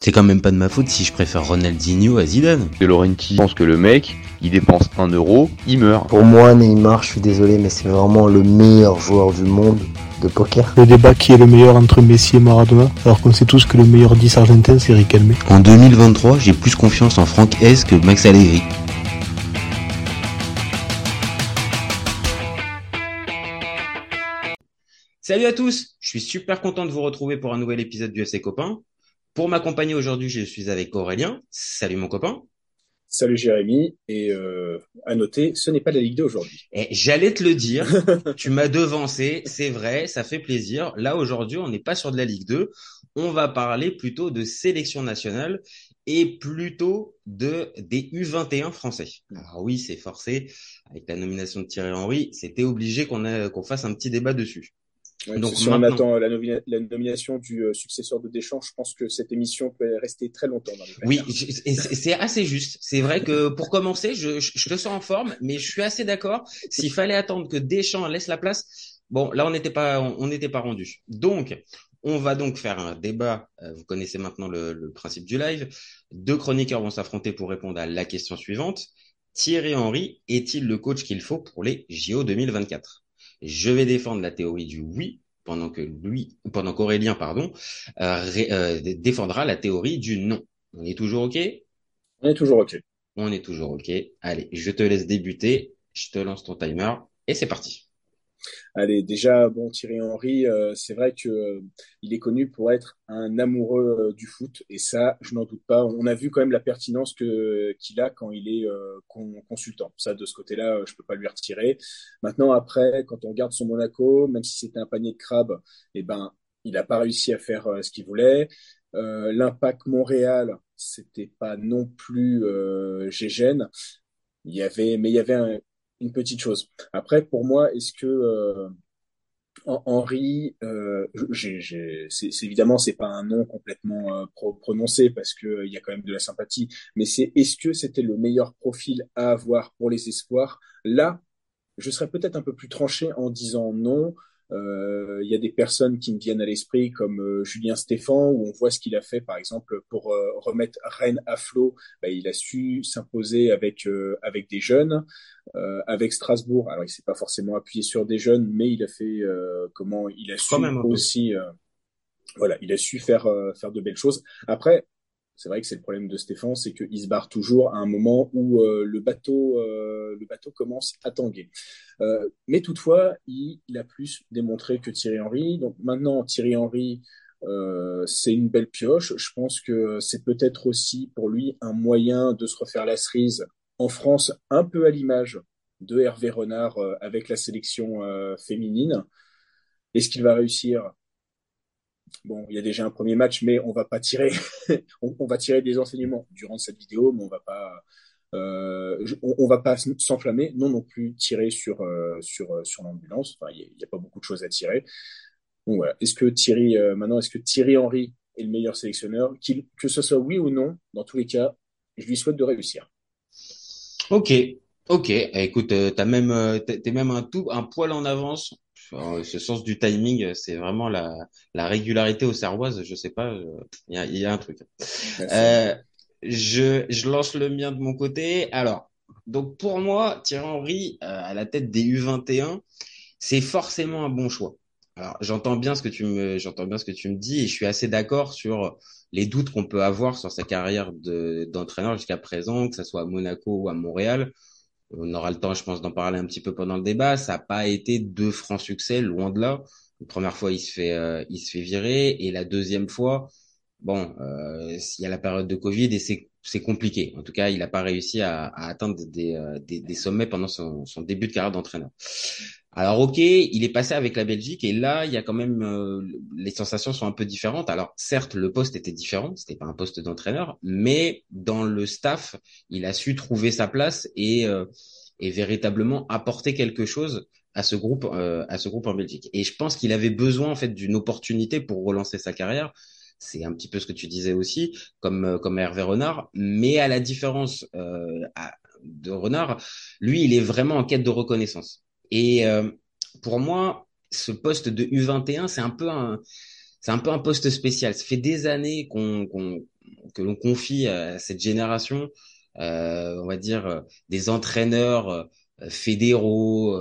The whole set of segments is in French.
C'est quand même pas de ma faute si je préfère Ronaldinho à Zidane. De Laurenti pense que le mec, il dépense 1 euro, il meurt. Pour moi, Neymar, je suis désolé, mais c'est vraiment le meilleur joueur du monde de poker. Le débat qui est le meilleur entre Messi et Maradona, alors qu'on sait tous que le meilleur 10 argentin c'est Riquelme. En 2023, j'ai plus confiance en Franck Hez que Max Allegri. Salut à tous, je suis super content de vous retrouver pour un nouvel épisode du FC Copain. Pour m'accompagner aujourd'hui, je suis avec Aurélien. Salut mon copain. Salut Jérémy, et à noter, ce n'est pas la Ligue 2 aujourd'hui. Et j'allais te le dire, tu m'as devancé, c'est vrai, ça fait plaisir. Là aujourd'hui, on n'est pas sur de la Ligue 2, on va parler plutôt de sélection nationale et plutôt des U21 français. Alors oui, c'est forcé, avec la nomination de Thierry Henry, c'était obligé qu'on fasse un petit débat dessus. Ouais, Donc si maintenant, on attend la nomination du successeur de Deschamps, je pense que cette émission peut rester très longtemps dans les placards. oui, c'est assez juste. C'est vrai que pour commencer, je te sens en forme, mais je suis assez d'accord. S'il fallait attendre que Deschamps laisse la place, bon, là on n'était pas rendu. Donc, on va donc faire un débat. Vous connaissez maintenant le principe du live. Deux chroniqueurs vont s'affronter pour répondre à la question suivante. Thierry Henry est-il le coach qu'il faut pour les JO 2024? Je vais défendre la théorie du oui, pendant qu'Aurélien, défendra la théorie du non. On est toujours OK? On est toujours OK. On est toujours OK. Allez, je te laisse débuter. Je te lance ton timer et c'est parti. Allez, déjà, bon, Thierry Henry, c'est vrai que il est connu pour être un amoureux du foot, et ça, je n'en doute pas. On a vu quand même la pertinence qu'il a quand il est consultant. Ça, de ce côté-là, je peux pas lui retirer. Maintenant, après, quand on regarde son Monaco, même si c'était un panier de crabes, eh ben, il n'a pas réussi à faire ce qu'il voulait. L'Impact Montréal, c'était pas non plus Gégène. Mais il y avait une petite chose. Après, pour moi, est-ce que Henry, c'est évidemment c'est pas un nom complètement prononcé parce que il y a quand même de la sympathie, mais est-ce que c'était le meilleur profil à avoir pour les espoirs? Là, je serais peut-être un peu plus tranché en disant non. Il y a des personnes qui me viennent à l'esprit comme Julien Stéphan, où on voit ce qu'il a fait, par exemple, pour remettre Rennes à flot. Ben, il a su s'imposer avec des jeunes, avec Strasbourg. Alors, il s'est pas forcément appuyé sur des jeunes, mais il a fait comment il a su Quand même un peu. aussi, voilà, il a su faire de belles choses. Après, c'est vrai que c'est le problème de Stéphane, c'est qu'il se barre toujours à un moment où le bateau commence à tanguer. Mais toutefois, il a plus démontré que Thierry Henry. Donc maintenant, Thierry Henry, c'est une belle pioche. Je pense que c'est peut-être aussi pour lui un moyen de se refaire la cerise en France, un peu à l'image de Hervé Renard avec la sélection féminine. Est-ce qu'il va réussir? Bon, il y a déjà un premier match, mais on va pas tirer, on va tirer des enseignements durant cette vidéo, mais on va pas s'enflammer, non plus tirer sur l'ambulance. Enfin, il y a pas beaucoup de choses à tirer. Donc voilà. Est-ce que Thierry Henry est le meilleur sélectionneur? Que ce soit oui ou non, dans tous les cas, je lui souhaite de réussir. OK. OK. Écoute, t'es même un poil en avance. Ce sens du timing, c'est vraiment la régularité aux Serroises. Je sais pas, il y a un truc. Merci. Je lance le mien de mon côté. Alors, donc pour moi, Thierry Henry à la tête des U21, c'est forcément un bon choix. Alors, j'entends bien ce que tu me dis et je suis assez d'accord sur les doutes qu'on peut avoir sur sa carrière d'entraîneur jusqu'à présent, que ce soit à Monaco ou à Montréal. On aura le temps, je pense, d'en parler un petit peu pendant le débat. Ça n'a pas été de francs succès, loin de là. La première fois, il se fait virer, et la deuxième fois, bon, il y a la période de Covid et c'est compliqué. En tout cas, il n'a pas réussi à atteindre des sommets pendant son début de carrière d'entraîneur. Alors ok, il est passé avec la Belgique et là, il y a quand même les sensations sont un peu différentes. Alors certes, le poste était différent, c'était pas un poste d'entraîneur, mais dans le staff, il a su trouver sa place et véritablement apporter quelque chose à ce groupe en Belgique. Et je pense qu'il avait besoin en fait d'une opportunité pour relancer sa carrière. C'est un petit peu ce que tu disais aussi, comme Hervé Renard, mais à la différence de Renard, lui, il est vraiment en quête de reconnaissance. Et pour moi, ce poste de U21, c'est un peu un poste spécial. Ça fait des années que l'on confie à cette génération, on va dire des entraîneurs fédéraux,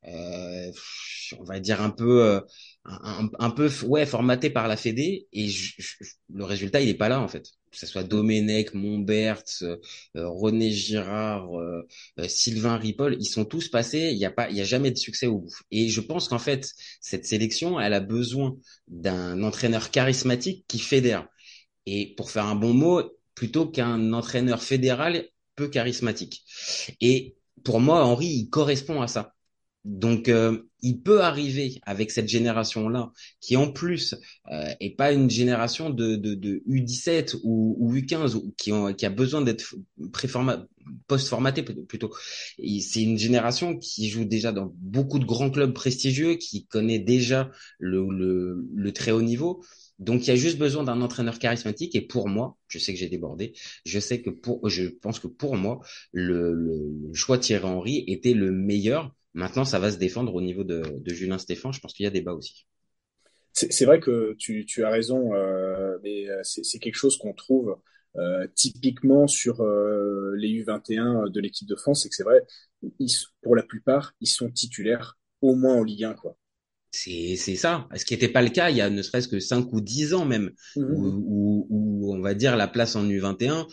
on va dire un peu un peu ouais formaté par la Fédé et le résultat il est pas là en fait. Que ce soit Domenech, Monbert, René Girard, Sylvain Ripoll, ils sont tous passés. Il y a jamais de succès au bout. Et je pense qu'en fait cette sélection, elle a besoin d'un entraîneur charismatique qui fédère. Et pour faire un bon mot, plutôt qu'un entraîneur fédéral peu charismatique. Et pour moi, Henry, il correspond à ça. Donc, il peut arriver avec cette génération-là, qui en plus est pas une génération de U17 ou U15 qui a besoin d'être post-formatée plutôt. C'est une génération qui joue déjà dans beaucoup de grands clubs prestigieux, qui connaît déjà le très haut niveau. Donc, il y a juste besoin d'un entraîneur charismatique. Et pour moi, je sais que j'ai débordé. Je pense que pour moi, le choix de Thierry Henry était le meilleur. Maintenant, ça va se défendre au niveau de Julien Stéphan. Je pense qu'il y a débat aussi. C'est vrai que tu as raison, mais c'est quelque chose qu'on trouve typiquement sur les U21 de l'équipe de France, c'est que c'est vrai, pour la plupart, ils sont titulaires au moins en Ligue 1, quoi. C'est ça. Ce qui n'était pas le cas il y a ne serait-ce que 5 ou 10 ans même, Mhm. où on va dire la place en U21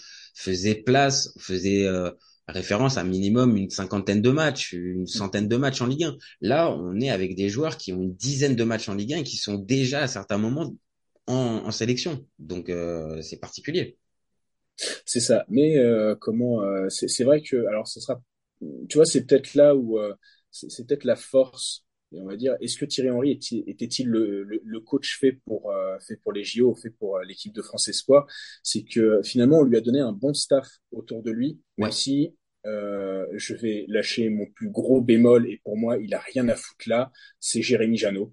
faisait référence à un minimum une cinquantaine de matchs, une centaine de matchs en Ligue 1. Là, on est avec des joueurs qui ont une dizaine de matchs en Ligue 1 et qui sont déjà à certains moments en sélection. Donc c'est particulier. C'est ça. Mais c'est vrai que alors ce sera, tu vois, c'est peut-être là où c'est peut-être la force. Et on va dire, est-ce que Thierry Henry était-il le coach fait pour les JO, fait pour l'équipe de France Espoir? C'est que finalement, on lui a donné un bon staff autour de lui, même Ouais. si je vais lâcher mon plus gros bémol et pour moi, il a rien à foutre là. C'est Jérémy Janot.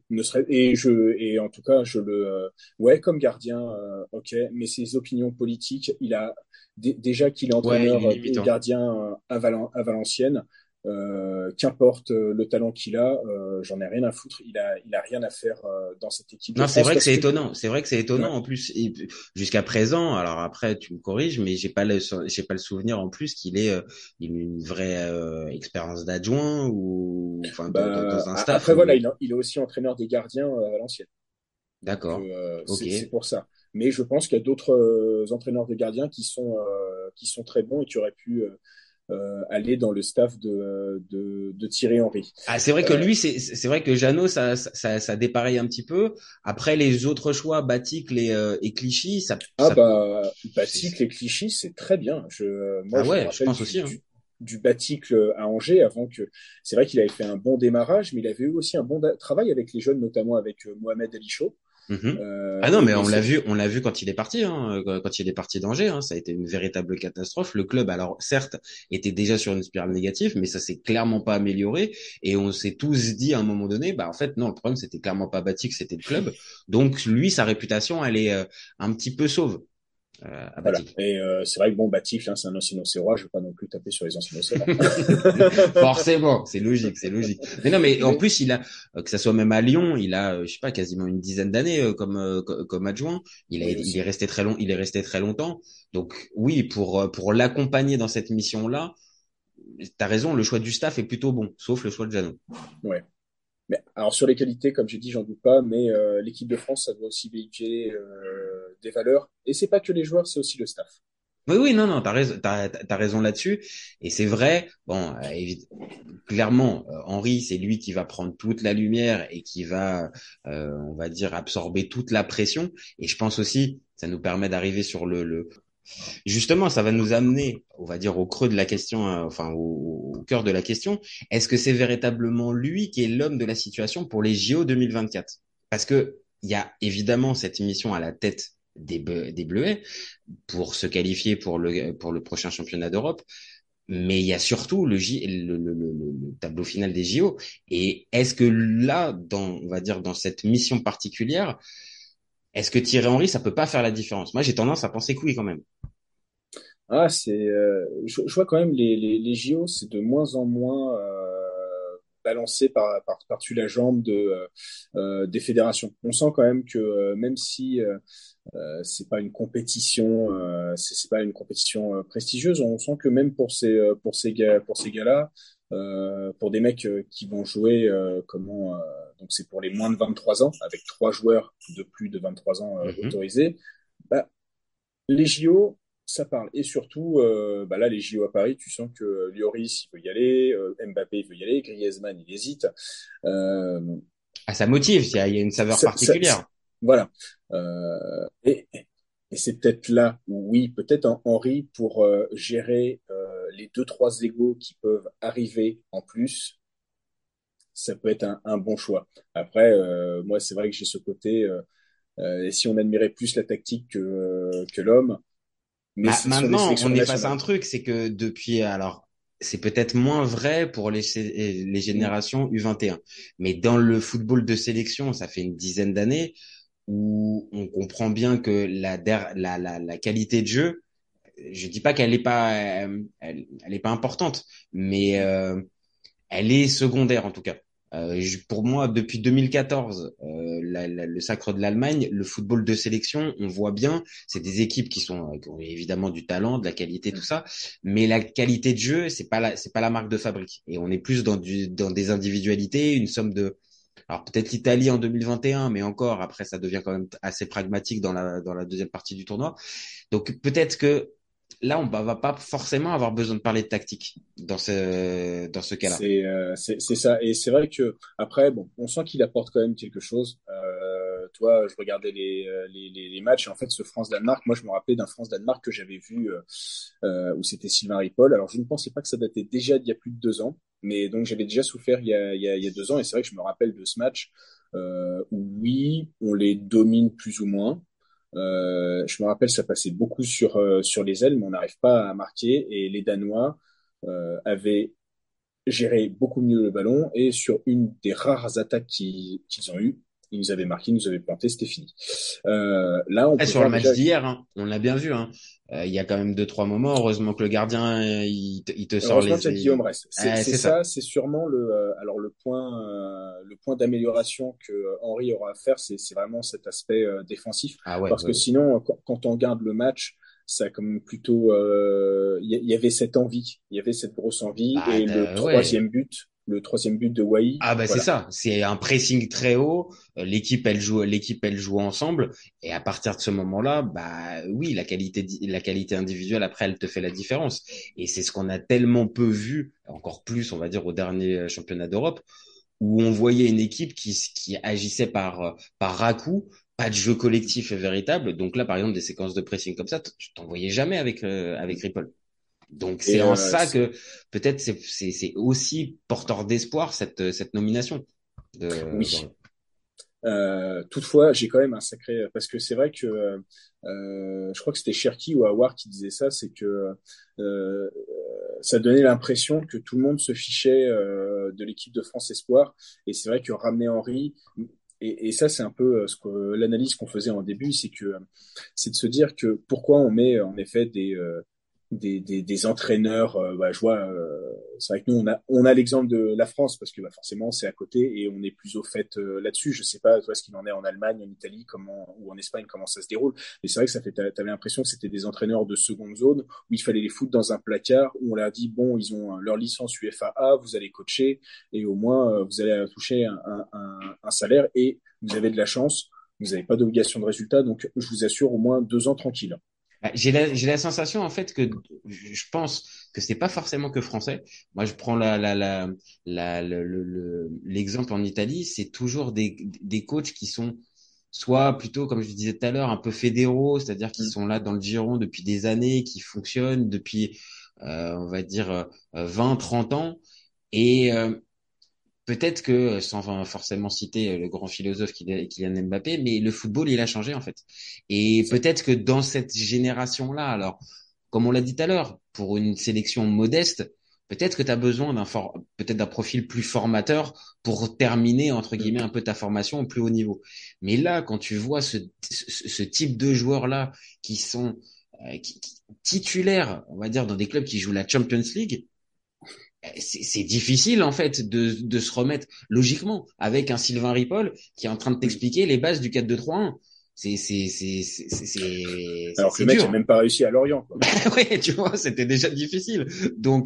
Et en tout cas, ouais, comme gardien, ok, mais ses opinions politiques, il a déjà qu'il est Ouais, il entraîneur est et limitant. gardien à Valenciennes, qu'importe le talent qu'il a, j'en ai rien à foutre. Il a rien à faire dans cette équipe de Non, c'est France vrai que parce c'est que étonnant. C'est vrai que c'est étonnant ouais, en plus. Et jusqu'à présent, alors après tu me corriges, mais j'ai pas le souvenir en plus il ait une vraie expérience d'adjoint ou enfin bah dans un staff après voilà, où. il est aussi entraîneur des gardiens à Valenciennes. Donc D'accord. Ok. c'est pour ça. Mais je pense qu'il y a d'autres entraîneurs de gardiens qui sont très bons et qui auraient pu aller dans le staff de Thierry Henry. Ah, c'est vrai que Euh, lui, c'est vrai que Jeannot, ça dépareille un petit peu. Après les autres choix, Baticle et Clichy, Ah ça, bah c'est- Baticle et Clichy, c'est très bien. Moi ah je me ouais, je rappelle pense aussi. Hein. du Baticle à Angers avant que c'est vrai qu'il avait fait un bon démarrage, mais il avait eu aussi un bon travail avec les jeunes, notamment avec Mohamed Ali Chaud. Mhm. Ah non, mais Mais on l'a vu quand il est parti, hein, quand il est parti d'Angers, hein, ça a été une véritable catastrophe. Le club, alors certes, était déjà sur une spirale négative, mais ça s'est clairement pas amélioré. Et on s'est tous dit à un moment donné, bah en fait non, le problème c'était clairement pas Batik, c'était le club. Donc lui, sa réputation, elle est un petit peu sauve à voilà. Batik. Et c'est vrai que bon, Baticle, hein, c'est un ancien océrois. Je vais pas non plus taper sur les anciens océrois. Forcément, c'est logique, c'est logique. Mais non, mais en Mais plus, il a, que ça soit même à Lyon, il a, je sais pas, quasiment une dizaine d'années comme adjoint. oui Il est aussi. resté très long, il est resté très longtemps. Donc oui, pour l'accompagner dans cette mission-là, t'as raison, le choix du staff est plutôt bon, sauf le choix de Jeannot. Ouais. Mais alors sur les qualités, comme j'ai dit, j'en doute pas. Mais l'équipe de France, ça doit aussi véhiculer des valeurs. Et c'est pas que les joueurs, c'est aussi le staff. Oui, oui, non, non, t'as raison là-dessus. Et c'est vrai, bon, clairement, Henry, c'est lui qui va prendre toute la lumière et qui va, on va dire, absorber toute la pression. Et je pense aussi, ça nous permet d'arriver sur justement, ça va nous amener, on va dire, au creux de la question, enfin, au cœur de la question. Est-ce que c'est véritablement lui qui est l'homme de la situation pour les JO 2024? Parce que il y a évidemment cette mission à la tête des Bleuets pour se qualifier pour le prochain championnat d'Europe. Mais il y a surtout le tableau final des JO. Et est-ce que là, on va dire, dans cette mission particulière, est-ce que Thierry Henry, ça peut pas faire la différence? Moi, j'ai tendance à penser que oui, quand même. Je vois quand même les JO, c'est de moins en moins. balancé par-dessus la jambe des fédérations. On sent quand même que même si c'est pas une compétition, c'est pas une compétition prestigieuse, on sent que même pour ces gars-là, pour des mecs qui vont jouer donc c'est pour les moins de 23 ans, avec 3 joueurs de plus de 23 ans Mhm. autorisés, bah, les JO, ça parle. Et surtout, là, les JO à Paris, tu sens que Lloris, il veut y aller, Mbappé, il veut y aller, Griezmann, il hésite. Euh, Ah, ça motive, il y a une saveur ça, particulière. voilà. Et c'est peut-être là où, oui, peut-être Henry pour gérer les deux, trois égos qui peuvent arriver en plus, ça peut être un bon choix. Après, moi, c'est vrai que j'ai ce côté, et si on admirait plus la tactique que l'homme, mais ce sont des Maintenant, sélections on est face à nationales. un truc, c'est que depuis, alors, c'est peut-être moins vrai pour les Mm. générations U21, mais dans le football de sélection, ça fait une dizaine d'années où on comprend bien que la qualité de jeu, je dis pas qu'elle est pas, elle est pas importante, mais elle est secondaire en tout cas. Pour moi, depuis 2014, le sacre de l'Allemagne, le football de sélection, on voit bien, c'est des équipes qui ont évidemment du talent, de la qualité, tout Mm. ça, mais la qualité de jeu, c'est pas la marque de fabrique. Et on est plus dans des individualités, une somme de, alors peut-être l'Italie en 2021, mais encore après, ça devient quand même assez pragmatique dans la deuxième partie du tournoi. Donc peut-être que là, on va pas forcément avoir besoin de parler de tactique dans ce cas-là. C'est ça. Et c'est vrai que après, bon, on sent qu'il apporte quand même quelque chose. Toi, je regardais les matchs et en fait, ce France-Danemark, moi, je me rappelais d'un France-Danemark que j'avais vu où c'était Sylvain Ripoll. Alors, je ne pensais pas que ça datait déjà d'il y a plus de 2 ans, mais donc j'avais déjà souffert il y a 2 ans et c'est vrai que je me rappelle de ce match où oui, on les domine plus ou moins. Je me rappelle, ça passait beaucoup sur les ailes, mais on n'arrive pas à marquer. Et les Danois avaient géré beaucoup mieux le ballon et sur une des rares attaques qu'ils ont eues, ils nous avaient marqué, ils nous avaient planté, c'était fini. Là, on Après, peut sur le voir match déjà. d'hier, hein, on l'a bien vu. Hein. Il y a quand même deux, trois moments. Heureusement que le gardien, il te sort Heureusement qu'il y a Guillaume Rest. C'est C'est ça. ça, c'est sûrement alors le point d'amélioration que Henry aura à faire, c'est vraiment cet aspect défensif, Ah ouais, parce ouais, que ouais. sinon, quand on regarde le match, ça a comme plutôt, il y avait cette envie, il y avait cette grosse envie, et Ouais. le troisième but de Wai, Ah bah c'est voilà. ça. C'est un pressing très haut. L'équipe elle joue ensemble. Et à partir de ce moment-là, bah oui, la qualité individuelle après, elle te fait la différence. Et c'est ce qu'on a tellement peu vu, encore plus, on va dire, au dernier championnat d'Europe, où on voyait une équipe qui agissait par à-coups, pas de jeu collectif véritable. Donc là, par exemple, des séquences de pressing comme ça, tu t'en voyais jamais avec Ripoll. Donc c'est Et en ça que peut-être c'est aussi porteur d'espoir cette nomination oui. d'Henri. Toutefois, j'ai quand même un sacré parce que c'est vrai que je crois que c'était Cherki ou Awar qui disait ça, c'est que euh, ça donnait l'impression que tout le monde se fichait de l'équipe de France Espoir, et c'est vrai que ramener Henry, et ça c'est un peu l'analyse qu'on faisait en début, c'est de se dire que pourquoi on met en effet des entraîneurs. Je vois, c'est vrai que nous on a l'exemple de la France parce que forcément c'est à côté et on est plus au fait là-dessus. Je sais pas toi ce qu'il en est en Allemagne, en Italie, comment ou en Espagne comment ça se déroule. Mais c'est vrai que t'avais l'impression que c'était des entraîneurs de seconde zone où il fallait les foutre dans un placard où on leur dit bon ils ont leur licence UEFA A, vous allez coacher et au moins vous allez toucher un salaire et vous avez de la chance. Vous n'avez pas d'obligation de résultat, donc je vous assure au moins 2 ans tranquille. J'ai la sensation en fait que je pense que c'est pas forcément que français. Moi, je prends l'exemple en Italie, c'est toujours des coachs qui sont soit plutôt, comme je disais tout à l'heure, un peu fédéraux, c'est-à-dire qui Mm. sont là dans le giron depuis des années, qui fonctionnent depuis, on va dire, 20, 30 ans. Et peut-être que, sans forcément citer le grand philosophe Kylian Mbappé, mais le football, il a changé en fait. Et C'est peut-être que dans cette génération-là, alors, comme on l'a dit tout à l'heure, pour une sélection modeste, peut-être que tu as besoin peut-être d'un profil plus formateur pour terminer, entre mm. guillemets, un peu ta formation au plus haut niveau. Mais là, quand tu vois ce type de joueurs-là qui sont titulaires, on va dire, dans des clubs qui jouent la Champions League, c'est difficile en fait de se remettre logiquement avec un Sylvain Ripoll qui est en train de Mm. t'expliquer les bases du 4-2-3-1. Alors que C'est le mec a dur. même pas réussi à Lorient, quoi. Ouais, tu vois, c'était déjà difficile. Donc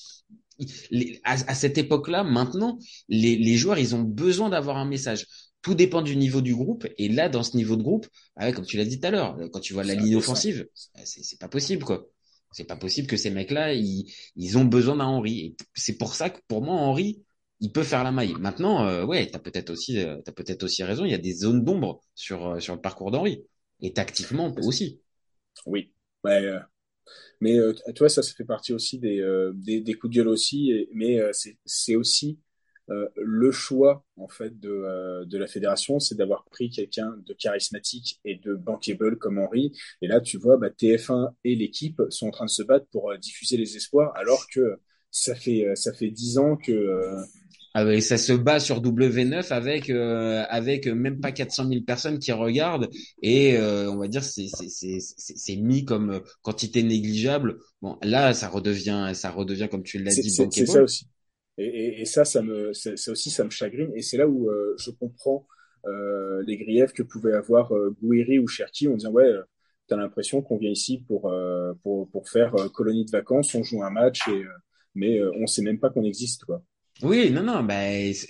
à cette époque-là, maintenant, les joueurs, ils ont besoin d'avoir un message. Tout dépend du niveau du groupe. Et là, dans ce niveau de groupe, comme tu l'as dit tout à l'heure, quand tu vois la C'est ligne indécent. offensive, c'est pas possible, quoi. C'est pas possible que ces mecs-là, ils ont besoin d'un Henry. Et c'est pour ça que pour moi, Henry, il peut faire la maille. Maintenant, ouais, t'as peut-être aussi raison. Il y a des zones d'ombre sur le parcours d'Henry. Et tactiquement aussi. Oui. Ouais, mais tu vois, ça fait partie aussi des coups de gueule aussi, mais c'est aussi le choix en fait de la fédération, c'est d'avoir pris quelqu'un de charismatique et de bankable comme Henry. Et là, tu vois, bah, TF1 et l'équipe sont en train de se battre pour diffuser les espoirs, alors que ça fait 10 ans que Ah ouais, ça se bat sur W9 avec même pas 400 000 personnes qui regardent et on va dire c'est mis comme quantité négligeable. Bon là ça redevient comme tu l'as dit c'est ça bankable. aussi. Et ça, ça aussi, ça me chagrine. Et c'est là où je comprends les griefs que pouvaient avoir Gouiri ou Cherki en disant, ouais, t'as l'impression qu'on vient ici pour faire colonie de vacances, on joue un match, mais on sait même pas qu'on existe, quoi. Oui, non, non, bah,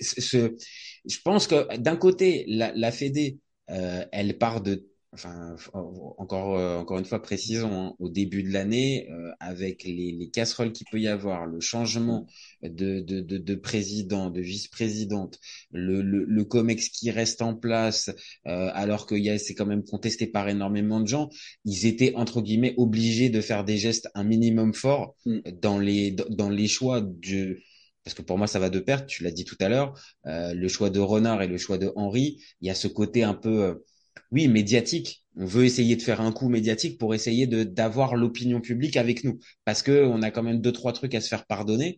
je pense que d'un côté, la Fédé, elle part enfin, encore une fois, précisons, hein, au début de l'année, avec les casseroles qu'il peut y avoir, le changement de président, de vice-présidente, le COMEX qui reste en place, alors c'est quand même contesté par énormément de gens, ils étaient, entre guillemets, obligés de faire des gestes un minimum forts Mm. dans les choix parce que pour moi, ça va de pair, tu l'as dit tout à l'heure, le choix de Renard et le choix de Henry, il y a ce côté un peu, oui, médiatique. On veut essayer de faire un coup médiatique pour essayer d'avoir l'opinion publique avec nous. Parce que on a quand même deux, trois trucs à se faire pardonner.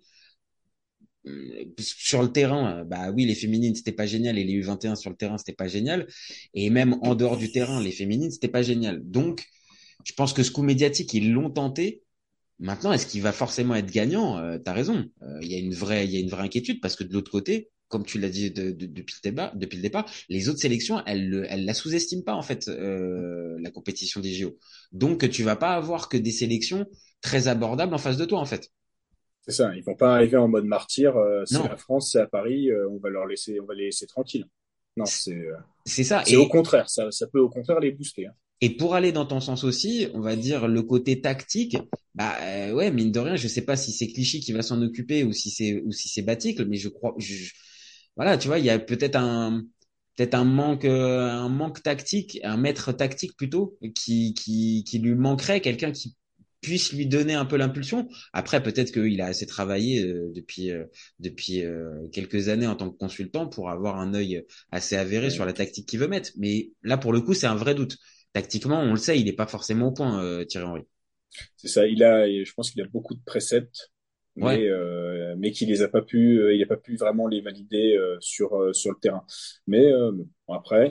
Sur le terrain, bah oui, les féminines, c'était pas génial, et les U21 sur le terrain, c'était pas génial. Et même en dehors du terrain, les féminines, c'était pas génial. Donc, je pense que ce coup médiatique, ils l'ont tenté. Maintenant, est-ce qu'il va forcément être gagnant? T'as raison. Il y a une vraie inquiétude parce que de l'autre côté, comme tu l'as dit depuis le départ, les autres sélections, elles la sous-estiment pas en fait la compétition des JO. Donc, tu vas pas avoir que des sélections très abordables en face de toi en fait. C'est ça. Ils vont pas arriver en mode martyr. C'est la Non, France, c'est à Paris. On va les laisser tranquilles. Non, c'est ça. c'est au contraire. Ça peut au contraire les booster, hein. Et pour aller dans ton sens aussi, on va dire le côté tactique, bah ouais, mine de rien, je sais pas si c'est Clichy qui va s'en occuper ou si c'est Baticle, mais je crois, voilà, tu vois, il y a peut-être un manque tactique, un maître tactique plutôt, qui lui manquerait, quelqu'un qui puisse lui donner un peu l'impulsion. Après, peut-être qu'il a assez travaillé depuis quelques années en tant que consultant pour avoir un œil assez avéré sur Ouais. la tactique qu'il veut mettre. Mais là, pour le coup, c'est un vrai doute. Tactiquement, on le sait, il n'est pas forcément au point, Thierry Henry. C'est ça. Je pense qu'il a beaucoup de préceptes, Ouais, mais il a pas pu vraiment les valider sur le terrain. Mais bon, après,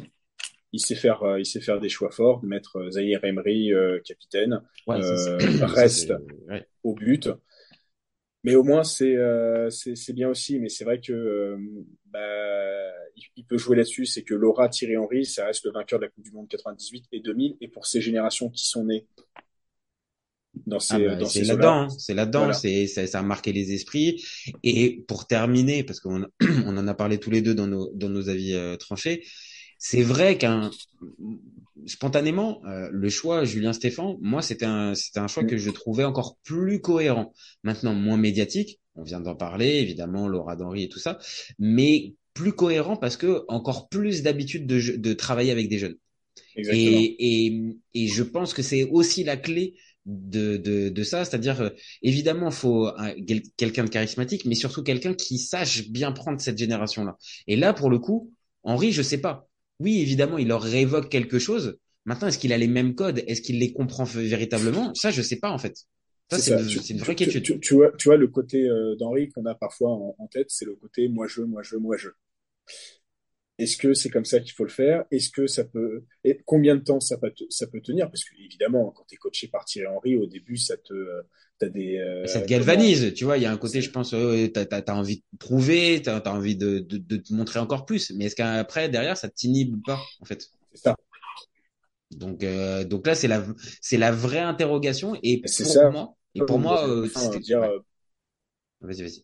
il sait faire des choix forts, de mettre Zahir Emery capitaine, ouais, ça reste c'est, ouais. au but. Mais au moins, c'est bien aussi. Mais c'est vrai que bah, il peut jouer là-dessus. C'est que Laura, Thierry Henry, ça reste le vainqueur de la Coupe du Monde 98 et 2000. Et pour ces générations qui sont nées Ah bah dans c'est ces eaux-là, là-dedans, hein, c'est là-dedans, voilà. ça a marqué les esprits. Et pour terminer, parce qu'on on en a parlé tous les deux dans nos avis tranchés, c'est vrai spontanément le choix Julien Stéphan, moi c'était un choix que je trouvais encore plus cohérent. Maintenant moins médiatique, on vient d'en parler évidemment, Laura Denry et tout ça, mais plus cohérent parce que encore plus d'habitude de travailler avec des jeunes. Exactement. Et je pense que c'est aussi la clé de ça, c'est-à-dire évidemment il faut quelqu'un de charismatique, mais surtout quelqu'un qui sache bien prendre cette génération-là. Et là pour le coup, Henri, je sais pas. Oui, évidemment, il leur révoque quelque chose. Maintenant, est-ce qu'il a les mêmes codes? Est-ce qu'il les comprend véritablement? Ça, je sais pas en fait. Ça, C'est ça. c'est une vraie quiétude. Tu vois le côté d'Henri qu'on a parfois en tête, c'est le côté moi je, moi je, moi je. Est-ce que c'est comme ça qu'il faut le faire? Est-ce que et combien de temps ça peut tenir? Parce que évidemment, quand tu es coaché par Thierry Henry, au début, t'as des, Ça te comment, galvanise, tu vois. Il y a un côté, c'est je pense, t'as envie de prouver, t'as envie de te montrer encore plus. Mais est-ce qu'après, derrière, ça t'inhibe pas, en fait? ça, Donc là, c'est la vraie interrogation. c'est ça. Et pour moi, Enfin, dire, ouais. Vas-y.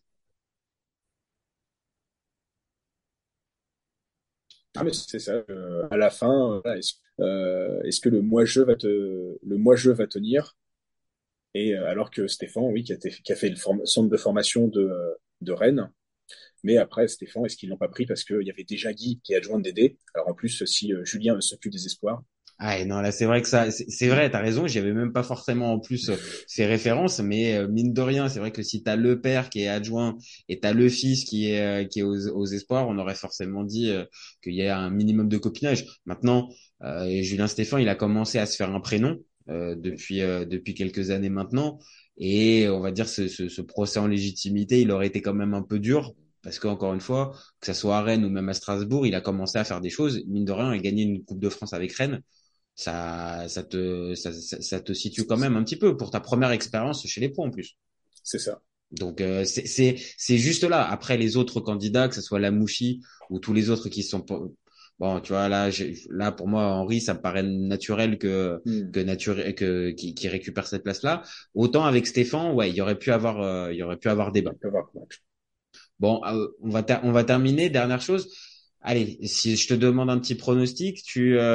ah, mais c'est ça. À la fin, voilà, est-ce que le moi-jeu va tenir? Et alors que Stéphane, oui, qui a fait le centre de formation de Rennes. Mais après, Stéphane, est-ce qu'ils l'ont pas pris parce qu'il y avait déjà Guy qui est adjoint de Dédé? Alors en plus, si Julien s'occupe des espoirs. Ah, et non, là, c'est vrai que ça, c'est vrai, t'as raison, j'y avais même pas forcément en plus fait référence, mais mine de rien, c'est vrai que si t'as le père qui est adjoint et t'as le fils qui est aux espoirs, on aurait forcément dit qu'il y a un minimum de copinage. Maintenant, Julien Stéphan, il a commencé à se faire un prénom depuis quelques années maintenant, et on va dire ce procès en légitimité, il aurait été quand même un peu dur. Parce qu'encore une fois, que ça soit à Rennes ou même à Strasbourg, il a commencé à faire des choses. Mine de rien, il a gagné une Coupe de France avec Rennes. Ça te situe quand même un petit peu pour ta première expérience chez les pros en plus. C'est ça. Donc c'est juste là. Après les autres candidats, que ce soit Lamouchi ou tous les autres qui sont bon, tu vois là pour moi Henri, ça me paraît naturel qui récupère cette place-là. Autant avec Stéphane, ouais, il y aurait pu avoir débat. Bon, on va terminer. Dernière chose. Allez, si je te demande un petit pronostic,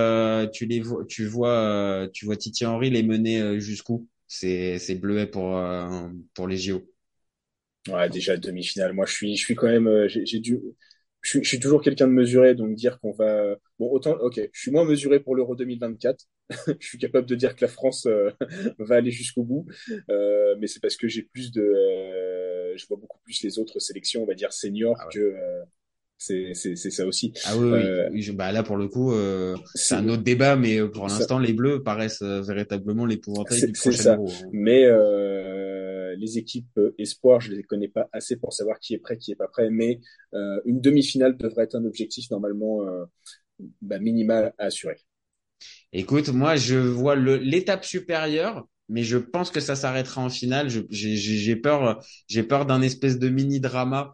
tu vois Titi Henry les mener jusqu'où? C'est bleuet pour les JO. Ouais, déjà demi-finale. Moi, je suis quand même, je suis toujours quelqu'un de mesuré, donc dire qu'on va, bon, autant, ok, je suis moins mesuré pour l'Euro 2024. Je suis capable de dire que la France va aller jusqu'au bout, mais c'est parce que je vois beaucoup plus les autres sélections, on va dire seniors Ah ouais. que c'est ça aussi. Ah oui, Euh, oui. Bah là pour le coup, c'est un c'est autre débat, mais pour ça, l'instant les Bleus paraissent véritablement l'épouvantail du c'est prochain ça. Euro, hein. Mais les équipes espoirs, je les connais pas assez pour savoir qui est prêt, qui est pas prêt. Mais une demi-finale devrait être un objectif normalement minimal à assurer. Écoute, moi je vois l'étape supérieure, mais je pense que ça s'arrêtera en finale. J'ai peur d'un espèce de mini drama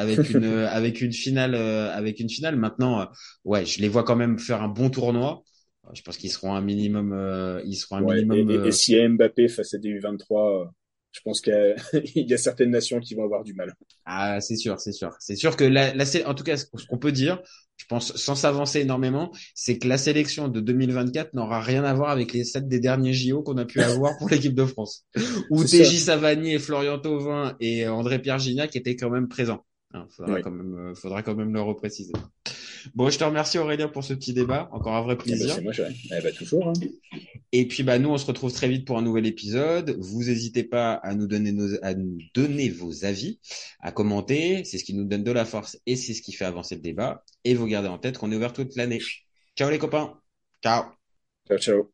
avec une finale. Maintenant, ouais, je les vois quand même faire un bon tournoi. Je pense qu'ils seront un minimum, Ouais. Et s'il y a Mbappé face à des U23, je pense qu'il y a certaines nations qui vont avoir du mal. Ah, c'est sûr que en tout cas, ce qu'on peut dire, je pense, sans s'avancer énormément, c'est que la sélection de 2024 n'aura rien à voir avec les 7 des derniers JO qu'on a pu avoir pour l'équipe de France. Où C'est ça. TJ Savanier, Florian Thauvin et André-Pierre Gignac étaient quand même présents. Hein, Oui. faudra quand même le repréciser. Bon, je te remercie Aurélien pour ce petit débat. Encore un vrai Eh ben, plaisir. c'est moi, toujours. Hein. Et puis bah nous on se retrouve très vite pour un nouvel épisode. Vous n'hésitez pas à nous donner vos avis, à commenter, c'est ce qui nous donne de la force et c'est ce qui fait avancer le débat. Et vous gardez en tête qu'on est ouvert toute l'année. Ciao les copains. Ciao. Ciao, ciao.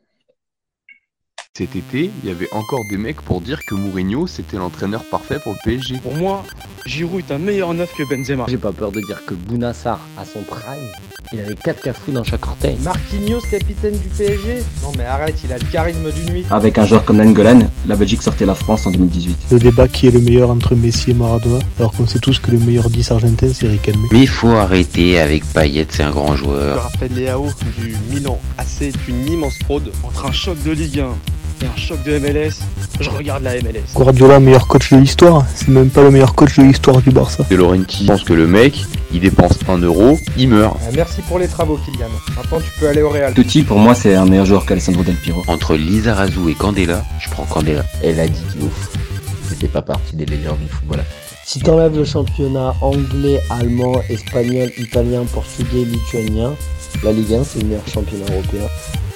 Cet été, il y avait encore des mecs pour dire que Mourinho, c'était l'entraîneur parfait pour le PSG. Pour moi, Giroud est un meilleur neuf que Benzema. J'ai pas peur de dire que Bounassar, à son prime, il avait 4 cafous dans chaque orteil. Marquinhos, capitaine du PSG? Non mais arrête, il a le charisme d'une nuit. Avec un joueur comme Nainggolan, la Belgique sortait la France en 2018. Le débat qui est le meilleur entre Messi et Maradona, alors qu'on sait tous que le meilleur 10 argentin c'est Riquelme. Mais il faut arrêter avec Payet, c'est un grand Je joueur. rappelle Léao du Milan AC est une immense fraude. Entre un choc de Ligue 1 et un choc de MLS, je regarde la MLS. Guardiola, meilleur coach de l'histoire, c'est même pas le meilleur coach de l'histoire du Barça. De Laurenti pense que le mec, il dépense 1 euro, il meurt. Merci pour les travaux Kylian. Maintenant tu peux aller au Real. Totti, pour moi, c'est un meilleur joueur qu'Alessandro Del Piero. Entre Lizarazu et Candela, je prends Candela. Elle a dit Diouf. C'était pas partie des légendes du football. Si t'enlèves le championnat anglais, allemand, espagnol, italien, portugais, lituanien, la Ligue 1 c'est le meilleur championnat européen.